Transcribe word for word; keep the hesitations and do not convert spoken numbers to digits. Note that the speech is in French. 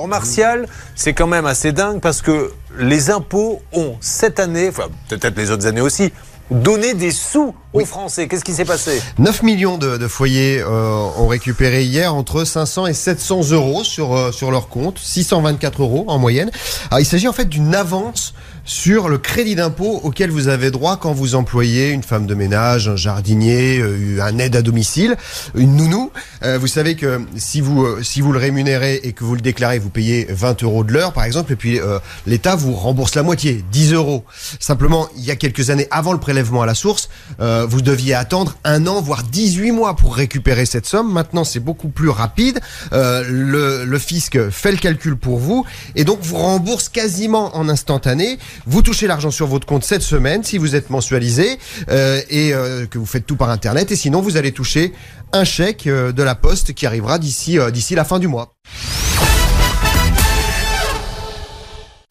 Alors Martial, c'est quand même assez dingue parce que les impôts ont cette année, enfin peut-être les autres années aussi, donner des sous aux oui. Français. Qu'est-ce qui s'est passé ? neuf millions de, de foyers euh, ont récupéré hier entre cinq cents et sept cents euros sur, euh, sur leur compte, six cent vingt-quatre euros en moyenne. Alors, il s'agit en fait d'une avance sur le crédit d'impôt auquel vous avez droit quand vous employez une femme de ménage, un jardinier, euh, un aide à domicile, une nounou. Euh, vous savez que si vous, euh, si vous le rémunérez et que vous le déclarez, vous payez vingt euros de l'heure par exemple, et puis euh, l'État vous rembourse la moitié, dix euros. Simplement, il y a quelques années, avant le prélèvement à la source, euh, vous deviez attendre un an, voire dix-huit mois pour récupérer cette somme. Maintenant, c'est beaucoup plus rapide. Euh, le, le fisc fait le calcul pour vous et donc vous rembourse quasiment en instantané. Vous touchez l'argent sur votre compte cette semaine si vous êtes mensualisé euh, et euh, que vous faites tout par Internet. Et sinon, vous allez toucher un chèque euh, de la Poste qui arrivera d'ici euh, d'ici la fin du mois.